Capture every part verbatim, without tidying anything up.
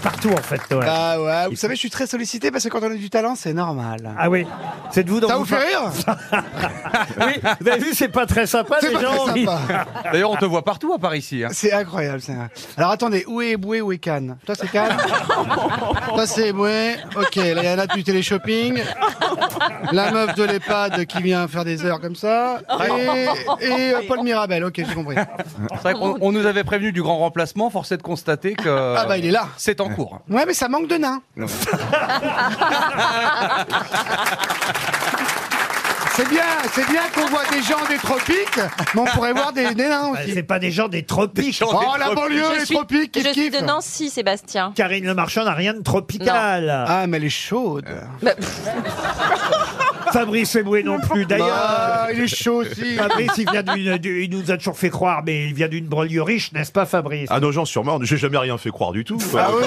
partout en fait, Toen. Ah ouais, vous savez, je suis très sollicité parce que quand on a du talent, c'est normal. Ah oui, c'est de vous dont Ça vous vous fait par- rire? Oui, vous avez vu, c'est pas très sympa, C'est les pas gens. très oui. sympa. D'ailleurs, on te voit partout à part ici. Hein. C'est incroyable, c'est incroyable. Alors attendez, où est Boué, où est Cannes? Toi c'est Cannes? Toi c'est Boué. Ok, là il y en a du télé-shopping. La meuf de l'EHPAD qui vient faire des heures comme ça. Et, et euh, Paul Mirabel, ok, j'ai compris. C'est vrai qu'on on nous avait prévenu du grand remplacement, force est de constater que. Ah bah il est là. C'est en cours. Ouais, mais ça manque de nains. C'est bien, c'est bien qu'on voit des gens des tropiques, mais on pourrait voir des, des nains Bah, aussi. c'est pas des gens des tropiques. Oh, la banlieue, Je les suis, tropiques, je kiff suis kiff. de Nancy, Sébastien. Karine Le Marchand n'a rien de tropical. Ah, mais elle est chaude. Bah, Fabrice Eboué non plus. D'ailleurs, Ah, il est chaud aussi. Fabrice, il vient d'une, du- il nous a toujours fait croire, mais il vient d'une banlieue riche, n'est-ce pas, Fabrice? À Nogent-sur-Marne, j'ai jamais rien fait croire du tout. Ah ouais.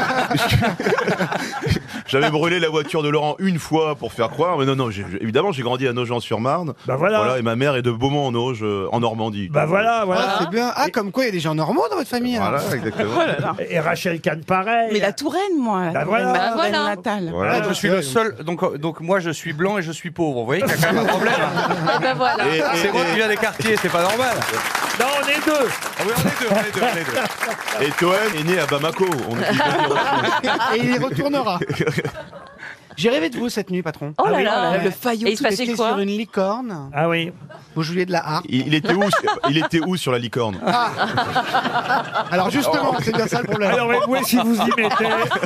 J'avais brûlé la voiture de Laurent une fois pour faire croire, mais non, non, j'ai- évidemment, j'ai grandi à Nogent-sur-Marne. Bah voilà. Et ma mère est de Beaumont-en-Auge, euh, en Normandie. Bah voilà, Ah, voilà. c'est bien. Ah, comme quoi il y a des gens normaux dans votre famille. hein. Voilà, exactement. Et Rachel Kahn, pareil. Mais la Touraine, moi. Bah La voilà. Touraine, Bah voilà. natale. Voilà. Je suis le seul. Donc, donc moi, je suis blanc et je suis pauvre. Vous voyez qu'il y a quand même un problème. eh ben voilà. Et- et- C'est moi et- qui viens des quartiers, c'est pas normal. Non, on est deux. Ah oui, on est deux, on est deux, on est deux. Et Toen est né à Bamako. On ne peut pas dire autre chose. Et il y retournera. J'ai rêvé de vous cette nuit, patron. Oh là oui, là. Le faillot Et il se tout passait J'étais quoi? sur une licorne. Ah oui. Vous jouiez de la harpe. Il, il était où Il était où sur la licorne? Alors justement, c'est bien ça le problème. Alors Eboué, si vous y mettez.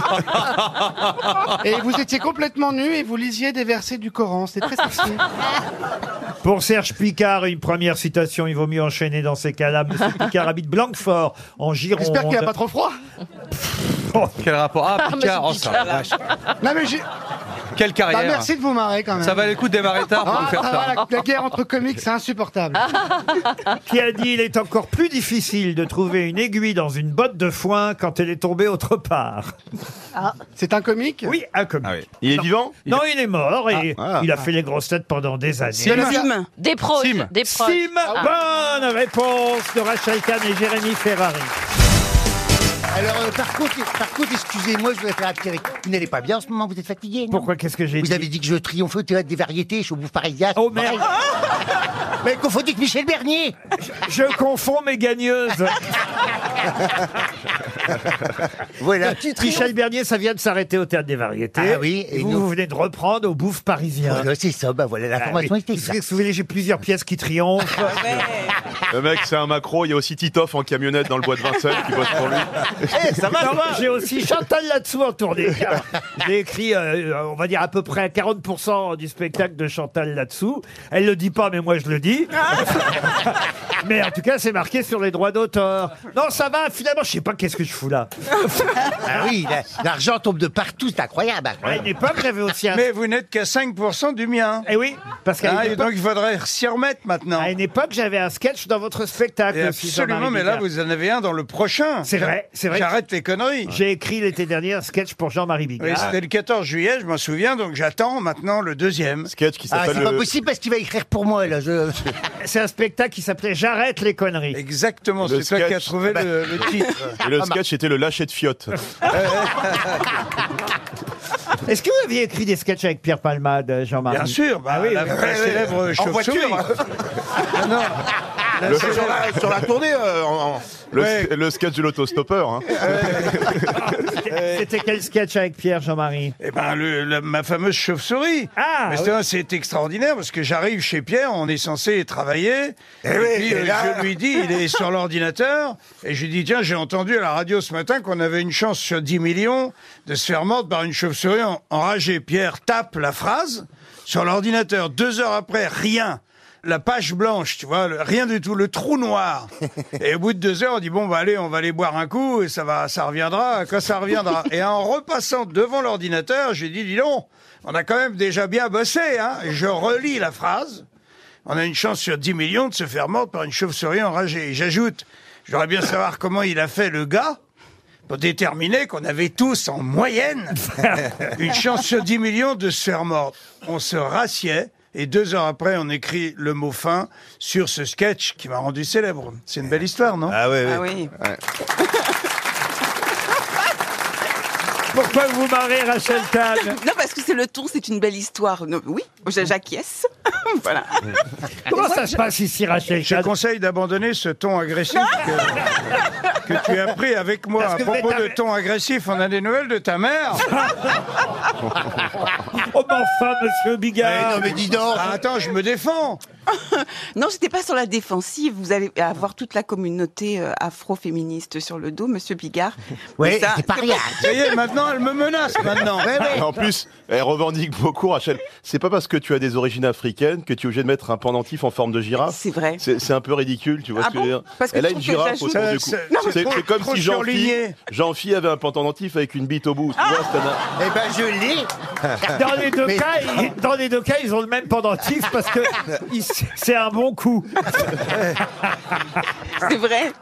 Et vous étiez complètement nu et vous lisiez des versets du Coran. C'était très sexy. Pour Serge Picard, une première citation, il vaut mieux enchaîner dans ces cas-là. Monsieur Picard habite Blanquefort, en Gironde. J'espère qu'il n'y a pas trop froid. Quel rapport? Ah, Picard, oh, ça, la vache. Non mais j'ai... Quelle Bah, carrière. merci de vous marrer quand même. Ça valait le coup de démarrer tard pour Ah, me faire ça ça. va, la, la guerre entre comiques, c'est insupportable. Qui a dit il est encore plus difficile de trouver une aiguille dans une botte de foin quand elle est tombée autre part. C'est un comique? Oui, un comique. Ah oui. Il est vivant? Non, il est mort et Ah. il a fait les grosses têtes pendant des années. De la- Sim. Des proches. Sim. Des proches. Sim, bonne réponse de Rachel Kahn et Jérémy Ferrari. Alors, euh, par contre, par contre, excusez-moi, je voudrais faire un petit réc- Vous n'allez pas bien en ce moment, vous êtes fatigué, non? Pourquoi, qu'est-ce que j'ai dit? Vous avez dit que je triomphais au théâtre des variétés, je suis au Bouffe Parisien. Oh merde, Mais confondez que Michel Bernier. je confonds mes gagneuses. Voilà. Michel Bernier, ça vient de s'arrêter au Théâtre des Variétés. Ah oui, et et vous, nous- vous venez de reprendre au Bouffe Parisien. Voilà, c'est ça, bah voilà, Ah l'information oui. était Vous ça. vous souvenez, j'ai plusieurs pièces qui triomphent. Le mec, c'est un macro. Il y a aussi Titoff en camionnette dans le bois de Vincennes qui bosse pour lui. Ça va, j'ai aussi Chantal là-dessous en tournée. J'ai écrit, euh, on va dire, à peu près quarante pour cent du spectacle de Chantal là-dessous. Elle le dit pas, mais moi je le dis. Mais en tout cas, c'est marqué sur les droits d'auteur. Non, ça va, finalement, je sais pas qu'est-ce que je fous là. Ah oui, la- l'argent tombe de partout, c'est incroyable. À une époque, j'avais aussi un... Mais vous n'êtes qu'à cinq pour cent du mien. Eh oui, parce qu'à Ah, une, et époque, donc il faudrait s'y remettre maintenant. à une époque, j'avais un sketch dans votre spectacle. Et aussi, absolument, Jean-Marie mais là Bigard. vous en avez un dans le prochain. C'est vrai, c'est vrai. J'arrête les conneries. J'ai écrit l'été dernier un sketch pour Jean-Marie Oui, Bigard. c'était le quatorze juillet, je m'en souviens, donc j'attends maintenant le deuxième. Sketch qui Ah, s'appelle c'est pas le... possible parce qu'il va écrire pour moi, là. Je... C'est un spectacle qui s'appelait J'arrête les conneries. Exactement, Le c'est toi qui as sketch. trouvé le, le titre. Et le sketch était le lâcher de fiotte. Est-ce que vous aviez écrit des sketchs avec Pierre Palmade, Jean-Marie? Bien sûr, bah, Ah oui, la oui. vraie célèbre En chauve-souris. voiture. Ah non, la Le- célèbre- sur, la, sur la tournée, euh, en- en- le, Ouais. le sketch de l'autostoppeur. Hein. C'était- C'était quel sketch avec Pierre, Jean-Marie? Eh ben, le- la- ma fameuse chauve-souris. Ah, Mais oui. c'est- c'est extraordinaire parce que j'arrive chez Pierre, on est censé travailler. Et, puis euh, je lui dis, il est sur l'ordinateur, et je lui dis, tiens, j'ai entendu à la radio ce matin qu'on avait une chance sur dix millions de se faire mordre par une chauve-souris en- enragée. Pierre tape la phrase sur l'ordinateur. Deux heures après, rien. La page blanche, tu vois, le- rien du tout, le trou noir. Et au bout de deux heures, on dit bon, bah allez, on va aller boire un coup et ça va, ça reviendra quand ça reviendra. Et en repassant devant l'ordinateur, j'ai dit, dis donc, on a quand même déjà bien bossé, hein. Et je relis la phrase. On a une chance sur dix millions de se faire mordre par une chauve-souris enragée. Et j'ajoute, j'aurais bien savoir comment il a fait le gars pour déterminer qu'on avait tous en moyenne une chance sur dix millions de se faire mordre. On se rassied. Et deux heures après, on écrit le mot fin sur ce sketch qui m'a rendu célèbre. C'est une belle histoire, non? Ah ouais, ouais. Ah oui. Pourquoi vous vous marrez, Rachel Kahn? Non, parce que c'est le ton, c'est une belle histoire. Non, oui, j'acquiesce. Voilà. Comment ça se passe ici, Rachel Je Kahn? conseille d'abandonner ce ton agressif que, que tu as pris avec moi. Parce À que vous propos êtes de avec- ton agressif, on a des nouvelles de ta mère. Oh, mais enfin, monsieur Eh Bigard. non, mais dis donc. Ah, attends, je me défends. Non, j'étais pas sur la défensive. Vous allez avoir toute la communauté euh, afro-féministe sur le dos, monsieur Bigard. Oui, Mais ça, c'est pas rien. Ça y est, maintenant, elle me menace, maintenant. Et en plus, elle revendique beaucoup, Rachel. C'est pas parce que tu as des origines africaines que tu es obligé de mettre un pendentif en forme de girafe. C'est vrai. C'est c'est un peu ridicule, tu vois Ah ce que je veux bon dire. Parce que Elle a je une trouve que girafe j'ajoute- autour Ça, du cou. c'est- C'est c'est trop- c'est comme trop si Jean-Phi surligné. Jean-Phi avait un pendentif avec une bite au bout. Tu vois, c'est un- Eh ben, je l'ai. Dans les, deux Mais- cas, ils, dans les deux cas, ils ont le même pendentif parce que ils- c'est un bon coup. C'est vrai.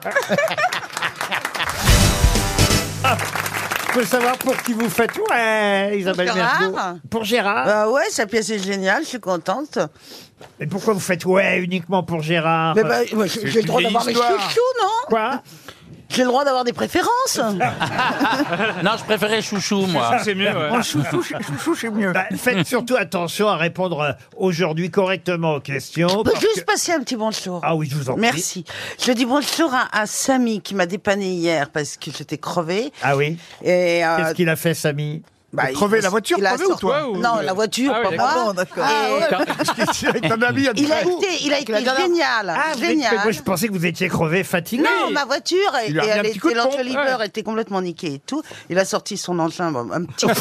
Je peux savoir pour qui vous faites ouais, Isabelle Gérard. Mergo. Pour Gérard. Bah ouais, sa pièce est géniale, je suis contente. Et pourquoi vous faites ouais uniquement pour Gérard? Mais bah, moi, j'ai j'ai le droit d'avoir mes chouchous, non Quoi? J'ai le droit d'avoir des préférences. Non, je préférais Chouchou, moi. C'est mieux, ouais. Oh, chouchou, chouchou, c'est mieux. Bah, faites surtout attention à répondre euh, aujourd'hui correctement aux questions. Je peux parce juste que- passer un petit bonjour. Ah oui, je vous en prie. Merci. Je dis bonjour à, à Samy qui m'a dépanné hier parce que j'étais crevée. Ah oui. Et euh, Qu'est-ce qu'il a fait, Samy? bah, crevé il- la voiture, il a crevé ou sorti- toi, ou- Non, la voiture, Ah oui, pas d'accord. moi. d'accord. Et Ton ami a il a été, il a été génial, Ah, vous êtes- génial. moi je pensais que vous étiez crevé, fatigué. Non, ma voiture, et, Il lui a et remis un elle petit coup était, de pompe, l'entrelivreur ouais. était complètement niqué et tout. Il a sorti son engin, bon, un petit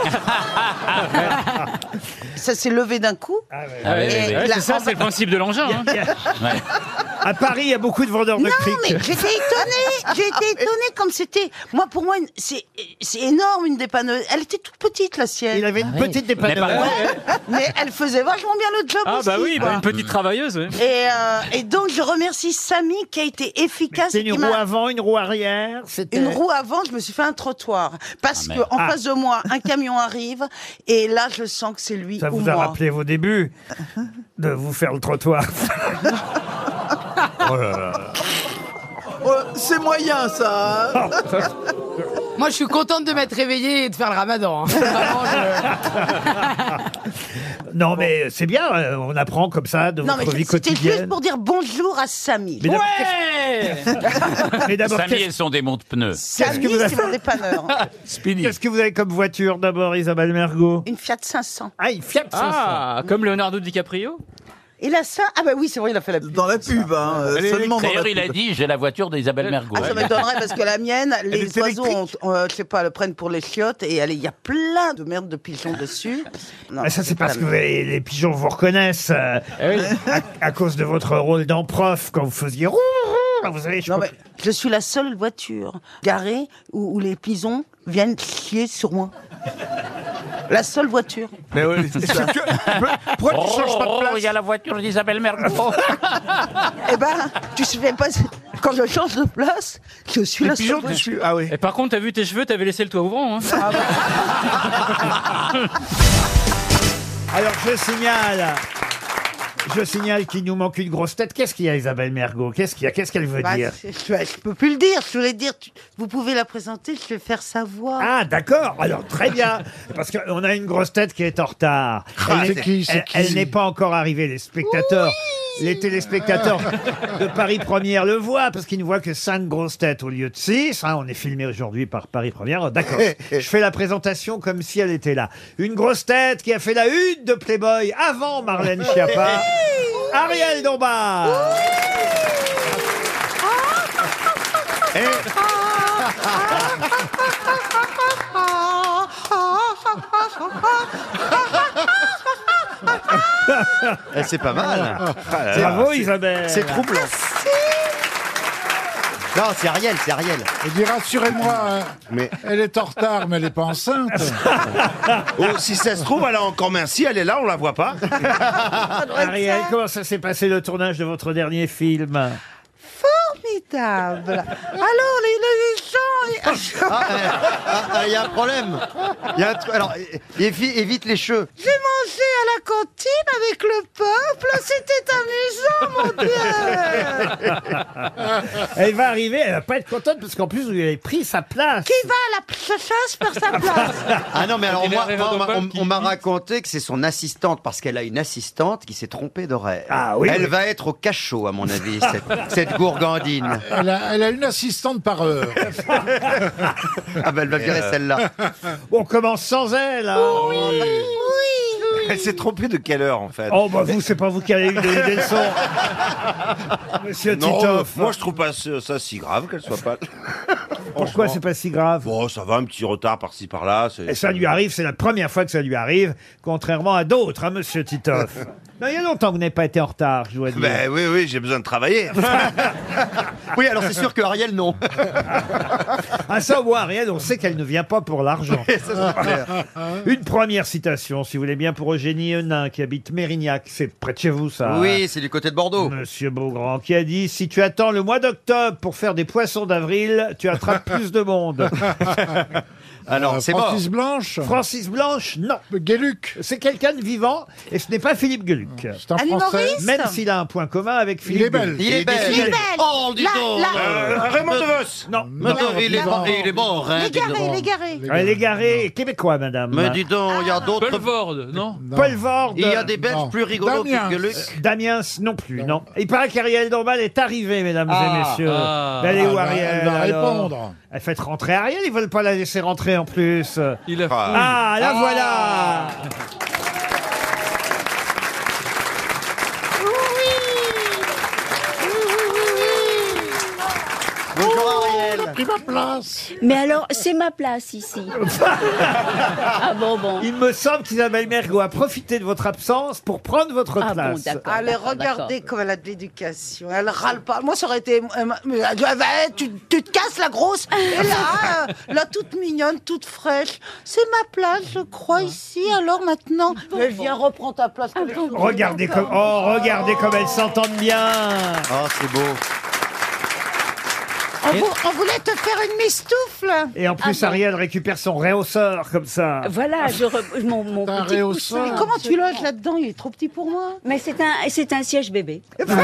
Ça s'est levé d'un coup. Ah ouais. Ah ouais, Et ouais, ouais. il a- C'est ça, c'est le principe de l'engin. Hein. À Paris, il y a beaucoup de vendeurs de Non, cric. mais j'étais étonnée, j'ai été étonnée comme c'était. Moi, pour moi, une- c'est c'est énorme une dépanneuse. Elle était toute petite, la sienne. Il avait une petite dépanneuse. Ouais, mais elle faisait vachement bien le job Ah aussi. bah oui, bah, quoi. une petite travailleuse. ouais. Et, euh, et donc, je remercie Samy qui a été efficace. C'est et qui une m'a- roue avant, une roue arrière. C'était Une roue avant, je me suis fait un trottoir. Parce Ah, que merde. en Ah. face de moi, un camion arrive, et là, je sens que c'est lui Ça ou vous a moi. rappelé vos débuts de vous faire le trottoir. Oh là là. C'est moyen, ça. hein. Moi, je suis contente de m'être réveillée et de faire le ramadan. hein. Vraiment, je- Non, mais c'est bien, euh, on apprend comme ça de Non, votre mais vie c'était juste quotidienne. pour dire bonjour à Samy. Mais d'abord, Ouais mais d'abord, Samy qu'est-ce et son démon de pneus. Samy, que vous avez- c'est mon dépanneur. Speedy. qu'est-ce que vous avez comme voiture d'abord, Isabelle Mergo? Une Fiat cinq cents. Ah, il Fiat cinq cents. Ah, comme Leonardo DiCaprio. Il a ça. Ah bah oui, c'est vrai, il a fait la pub. Dans la pub, hein, euh, seulement dans la D'ailleurs, il a pub. dit j'ai la voiture d'Isabelle Mergo. Ah, ça m'étonnerait parce que la mienne, les est oiseaux, ont, ont, euh, je sais pas, le prennent pour les chiottes et elle- il y a plein de merde de pigeons dessus. Non, Ah, ça, c'est pas parce la que vous avez- les pigeons vous reconnaissent euh, Eh oui. à, à cause de votre rôle d'emprof quand vous faisiez roux, roux, vous savez, je Non, crois mais je suis la seule voiture garée où, où les pigeons viennent chier sur moi. La seule voiture. Mais oui, c'est ça. Pourquoi tu changes pas de Oh, place il y a la voiture d'Isabelle Mergo. Eh ben, tu sais pas, quand je change de place, je suis Les la seule pigeons voiture. dessus. Ah oui. Et par contre, t'as vu tes cheveux, t'avais laissé le toit ouvrant. Hein. Alors, je signale. Je signale qu'il nous manque une grosse tête. Qu'est-ce qu'il y a, Isabelle Mergo? Qu'est-ce qu'il y a? Qu'est-ce qu'elle veut Bah, dire? je, je, je peux plus le dire. Je voulais dire, tu- vous pouvez la présenter, je vais faire sa voix. Ah, d'accord. Alors, très bien. Parce qu'on a une grosse tête qui est en retard. Ah, Elle c'est qui, c'est elle- qui elle n'est pas encore arrivée. Les spectateurs, les téléspectateurs de Paris Première le voient parce qu'ils ne voient que cinq grosses têtes au lieu de six. Hein, on est filmé aujourd'hui par Paris Première. D'accord. Je fais la présentation comme si elle était là. Une grosse tête qui a fait la une de Playboy avant Marlène Schiappa. Ariel Dombal. Eh, c'est pas mal. Ah là là. Bravo Isabelle. C'est troublant. Non, c'est Ariel, c'est Ariel. Et dit rassurez-moi, hein, Mais elle est en retard, mais elle n'est pas enceinte. oh, si ça se trouve, elle a encore merci, elle est là, on la voit pas. Ariel, comment ça s'est passé le tournage de votre dernier film? Formidable. Alors, les, les gens, Ah, il y a un problème. Il y a un tru- Alors, évi- évite les cheveux. J'ai mangé à la cantine avec le peuple, c'était amusant, mon Dieu. Elle va arriver, elle va pas être contente parce qu'en plus vous lui avez pris sa place. Qui va à la chasse faire sa place? Ah non, mais alors Il est moi, arrivé moi, dans on m'a- le on, qui- on m'a raconté que c'est son assistante, parce qu'elle a une assistante qui s'est trompée d'horaire. Ah oui, Elle oui. va être au cachot, à mon avis, cette, cette gourgandine. Elle a, elle a une assistante par heure. Ah ben, elle va virer celle-là. On commence sans elle. Hein. Elle s'est trompée de quelle heure en fait Oh bah vous, c'est pas vous qui allez lui donner des leçons. Monsieur Non, Titoff. moi je trouve pas ça, ça si grave qu'elle soit pas. Pourquoi c'est pas si grave? Bon, ça va, un petit retard par-ci par-là. c'est- Et ça lui arrive, c'est la première fois que ça lui arrive, contrairement à d'autres, hein, monsieur Titoff. Non, il y a longtemps que vous n'avez pas été en retard, je dois dire. Ben oui, oui, j'ai besoin de travailler. Oui, alors c'est sûr que Ariel, non. Ah ça, moi, Ariel, on sait qu'elle ne vient pas pour l'argent. Ça, c'est clair. Une première citation, si vous voulez bien, pour Eugénie Henin, qui habite Mérignac. C'est près de chez vous, ça. Oui, c'est du côté de Bordeaux. Monsieur Beaugrand, qui a dit « Si tu attends le mois d'octobre pour faire des poissons d'avril, tu attrapes plus de monde. » Alors, c'est mort. Francis Blanche. Francis Blanche, non. Gueluc. C'est quelqu'un de vivant, et ce n'est pas Philippe Gueluc. C'est un Un Français. humoriste. Même s'il a un point commun avec Il Philippe est belle. Gueluc. Il est belle. Il est belle. Oh, dis La- donc. la- Euh, Raymond DeVos. Non. Mais non, il est mort, il est mort, hein, dis L'égaré, donc. l'égaré. Ah, l'égaré québécois, madame. Mais dis donc, il y a d'autres. Paul Vord, non Paul Vord. Il y a des Belges Non. plus rigolos Damiens. que Gueluc. Damiens non plus, non. Il paraît qu'Ariel Dombal est arrivée, mesdames Ah, et messieurs. ah. Mais elle est où, Elle va- Ariel elle va alors répondre. Elle fait rentrer Ariel, ils veulent pas la laisser rentrer en plus. Il a Ah, la voilà. Bonjour Ariel. Pris ma place. Mais alors, c'est ma place ici. Ah bon, bon. Il me semble qu'Isabelle Mergo a profité de votre absence pour prendre votre Ah bon, place. d'accord. Allez, regardez comme elle a de l'éducation. Elle râle pas. Moi, ça aurait été. euh, mais elle dit, ah, bah, tu, tu te casses la grosse. Et là, euh, là, toute mignonne, toute fraîche. C'est ma place, je crois, ici. Alors maintenant, mais viens, reprends ta place. que les souris Regardez comme, oh, regardez comme elles s'entendent bien. Oh, c'est beau. On, vou- on voulait te faire une mistoufle. Et en plus, Ah bon. Ariel récupère son rehausseur comme ça. Voilà, je re- mon, mon Un petit réhausseur. coussin. Mais comment tu loges là-dedans? Il est trop petit pour moi. Mais c'est un, c'est un siège bébé.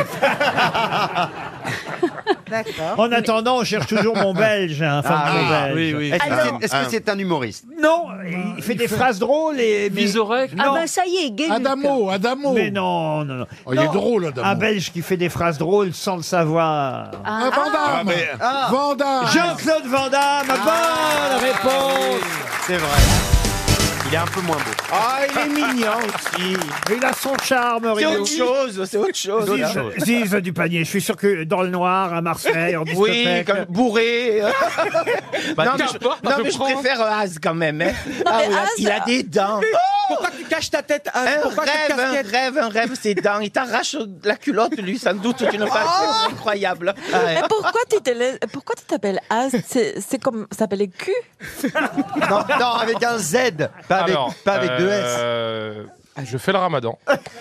D'accord. En attendant, on cherche toujours mon belge, un fan Ah, de oui. belge. Oui, oui. Est-ce que Alors- c'est- est-ce que c'est un humoriste? Non, il fait des phrases drôles et... mais- Vizorek. Ah Non. ben ça y est, Gueluc. Adamo, Adamo. Mais non, non, non. Oh, il est Non, drôle, Adamo. Un Belge qui fait des phrases drôles sans le savoir. Ah, Van Damme. mais- Ah, Van Damme. Jean-Claude Van Damme, bonne réponse. c'est vrai. Il est un peu moins beau. Ah, il est mignon aussi. Il a son charme, C'est Rio. autre chose, c'est autre chose. Ziz, Ziz du panier. Je suis sûr que dans le noir, à Marseille, en Oui, discothèque... comme bourré. Bah, non, mais, tu je, portes, non, tu mais je prends. préfère Az quand même. Hein. Ah, mais oui, Az, il a des dents. Pourquoi tu caches ta tête Az Un Pourquoi cette rêve, un casquette rêve, un rêve, ses dents. Il t'arrache la culotte, lui, sans doute, d'une façon incroyable. Ah, ouais. Mais pourquoi tu t'appelles- pourquoi tu t'appelles Az? C'est c'est comme ça s'appelait Q. Non, non, avec un Z, pas avec, Alors, pas avec deux S. euh, je fais le ramadan.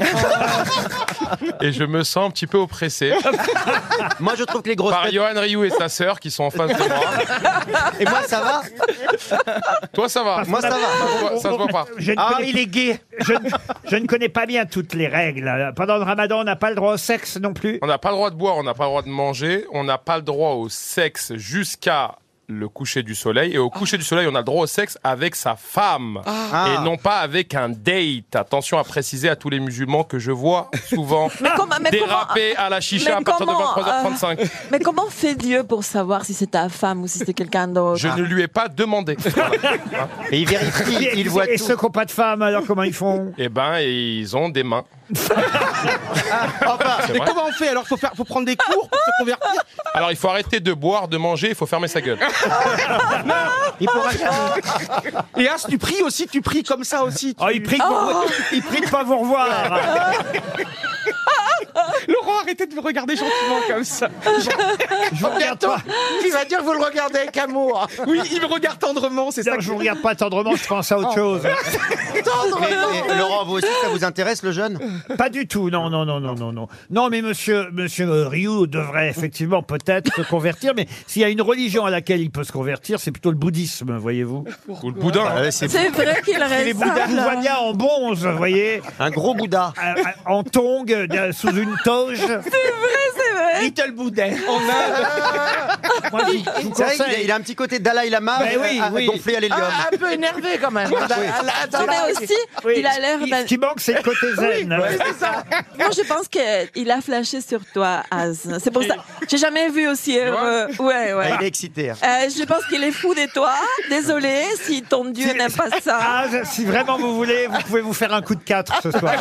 Et je me sens un petit peu oppressé Moi, je trouve que les grosses par têtes... Johan Rioux et sa sœur qui sont en face de moi. Et moi, ça va? Toi, ça va. Moi, ça va. Ça se voit- ça se voit pas. Je ne Ah, connais il est gay. Je, ne- je ne connais pas bien toutes les règles. Pendant le ramadan, on n'a pas le droit au sexe non plus. On n'a pas le droit de boire, on n'a pas le droit de manger, on n'a pas le droit au sexe jusqu'à le coucher du soleil. Et au coucher du soleil, on a le droit au sexe avec sa femme. Ah. Et non pas avec un date. Attention à préciser à tous les musulmans que je vois souvent Mais comment- mais déraper à la chicha mais à partir de comment, vingt-trois heures trente-cinq. euh, Mais comment fait Dieu pour savoir si c'est ta femme ou si c'est quelqu'un d'autre? Je ne lui ai pas demandé. Et il vérifie, Et, il voit et tout. ceux qui n'ont pas de femme, alors comment ils font? Eh ben, ils ont des mains. Enfin, C'est Mais vrai. comment on fait alors? Faut faire, faut prendre des cours pour se convertir. Alors, il faut arrêter de boire, de manger, il faut fermer sa gueule. Il pourra jamais. Et As, tu pries aussi, tu pries comme ça aussi. tu- Oh, il prie, de vous- il prie de pas vous revoir. Laurent arrêtez de me regarder gentiment comme ça. Je vous regarde pas. Tu vas dire que vous le regardez avec amour. Oui, il me regarde tendrement, c'est ça. Non, que- je vous regarde pas tendrement, je pense à autre chose. Tendrement. Et, et Laurent, vous aussi, ça vous intéresse, le jeune? Pas du tout, non, non, non, non, non, non. Non, mais monsieur, monsieur Rioux devrait effectivement peut-être se convertir, mais s'il y a une religion à laquelle il peut se convertir, c'est plutôt le bouddhisme, voyez-vous. Ou le boudin. Ah ouais, c'est C'est vrai qu'il Les Bouddhas, je vous vois bien en bonze, vous voyez, un gros Bouddha. à- à- en tongue, euh, sous une toge. C'est vrai, c'est vrai. Little Bouddha. Moi, je, je vous C'est vrai qu'il a, conseille. il a un petit côté Dalai Lama Ben oui, à- à- oui. gonflé à l'hélium. Ah, un peu énervé quand même. Non, mais aussi, Oui, il a l'air ce qui- d'un... Ce qui manque, c'est le côté zen. Moi, je pense qu'il a flashé sur toi, Az. C'est pour ça. J'ai jamais vu aussi heureux. Ouais, ouais. Ah, il est excité. hein. Euh, je pense qu'il est fou de toi. Désolé si ton Dieu n'aime pas ça. Ah, si vraiment vous voulez, vous pouvez vous faire un coup de quatre ce soir.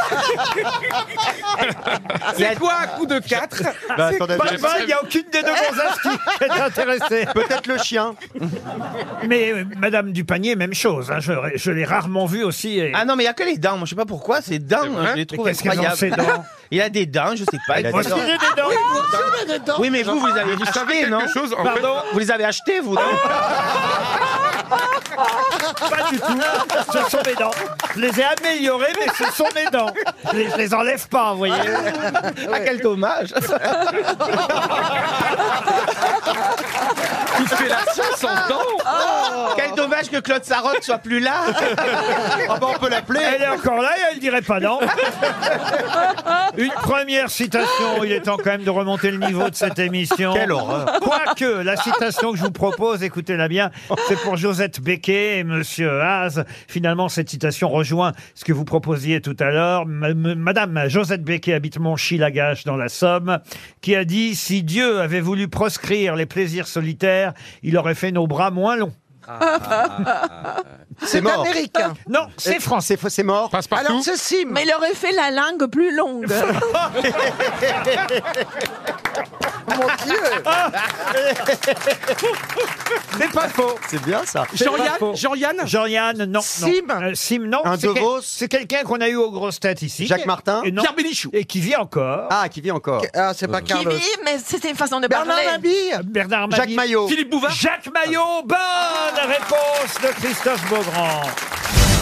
C'est quoi un coup de quatre? Bah, attendez, Pas de bol, il n'y a aucune des deux gonzesses qui est intéressée. peut-être le chien. Mais euh, Madame Dupanier, même chose. hein, je je l'ai rarement vue aussi. et- Ah non, mais il y a que les dents. Moi, je sais pas pourquoi. Ces dents, hein, je les trouve qu'est-ce qu'elles ont, incroyables. ces dents Il a des dents, je sais pas. Il a Moi des aussi, j'ai des dents. Oui, mais vous, vous avez Vous savez acheté, non quelque chose en Pardon Vous les avez achetés, vous, non Pas du tout. Ce sont mes dents. Je les ai améliorées, mais ce sont mes dents. Je les, je les enlève pas, vous voyez. Ah, quel dommage. Tu fais la science en dents. Quel dommage que Claude Sarraute soit plus là. Ah bah, on peut l'appeler. Elle est encore là et elle dirait pas non. Une première citation. Il est temps quand même de remonter le niveau de cette émission. Quelle horreur. Quoique, la citation que je vous propose, écoutez-la bien, c'est pour Josette Becquet et Monsieur Haas. Finalement, cette citation rejoint ce que vous proposiez tout à l'heure. Ma- m- Madame Josette Becquet habite Monchy-Lagache dans la Somme, qui a dit « Si Dieu avait voulu proscrire les plaisirs solitaires, il aurait fait nos bras moins longs. » C'est mort. américain. Non, c'est français. C'est c'est mort. Passe partout. Alors c'est Sim. Mais il aurait fait la langue plus longue. Mon Dieu. C'est pas faux. C'est bien ça. C'est pas Jean-Yann faux. Jean-Yann Jean-Yann, non. non. Sim. Euh, Sim, non. Un C'est De quel- Vos. C'est quelqu'un qu'on a eu aux grosses têtes ici. Jacques Martin. Et non. Pierre Bénichou. Et qui vit encore. Ah, qui vit encore. Ah, c'est pas Qui Carlos. vit, mais c'était une façon de Bernard parler. Mabille. Bernard Jacques Mabille. Maillot. Philippe Bouvard. Jacques Maillot. Bonne réponse de Christophe Beaugrand.